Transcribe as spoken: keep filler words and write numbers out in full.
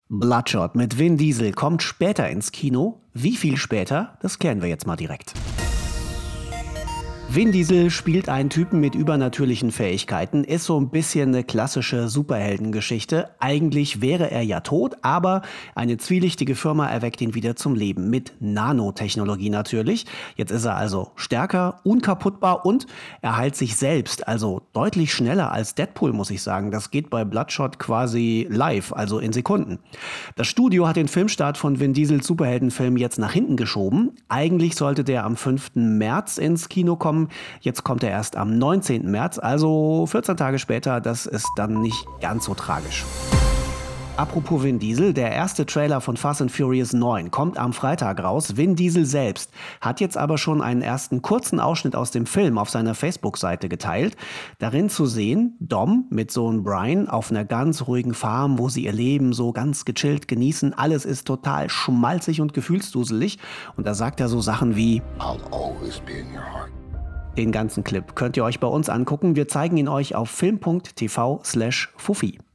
Bloodshot mit Vin Diesel kommt später ins Kino. Wie viel später? Das klären wir jetzt mal direkt. Vin Diesel spielt einen Typen mit übernatürlichen Fähigkeiten, ist so ein bisschen eine klassische Superheldengeschichte. Eigentlich wäre er ja tot, aber eine zwielichtige Firma erweckt ihn wieder zum Leben. Mit Nanotechnologie natürlich. Jetzt ist er also stärker, unkaputtbar und er heilt sich selbst. Also deutlich schneller als Deadpool, muss ich sagen. Das geht bei Bloodshot quasi live, also in Sekunden. Das Studio hat den Filmstart von Vin Diesels Superheldenfilm jetzt nach hinten geschoben. Eigentlich sollte der am fünften März ins Kino kommen. Jetzt kommt er erst am neunzehnten März, also vierzehn Tage später. Das ist dann nicht ganz so tragisch. Apropos Vin Diesel, der erste Trailer von Fast and Furious neun kommt am Freitag raus. Vin Diesel selbst hat jetzt aber schon einen ersten kurzen Ausschnitt aus dem Film auf seiner Facebook-Seite geteilt. Darin zu sehen, Dom mit Sohn Brian auf einer ganz ruhigen Farm, wo sie ihr Leben so ganz gechillt genießen. Alles ist total schmalzig und gefühlsduselig. Und da sagt er so Sachen wie: I'll always be in your heart. Den ganzen Clip könnt ihr euch bei uns angucken. Wir zeigen ihn euch auf film punkt tv slash fuffi.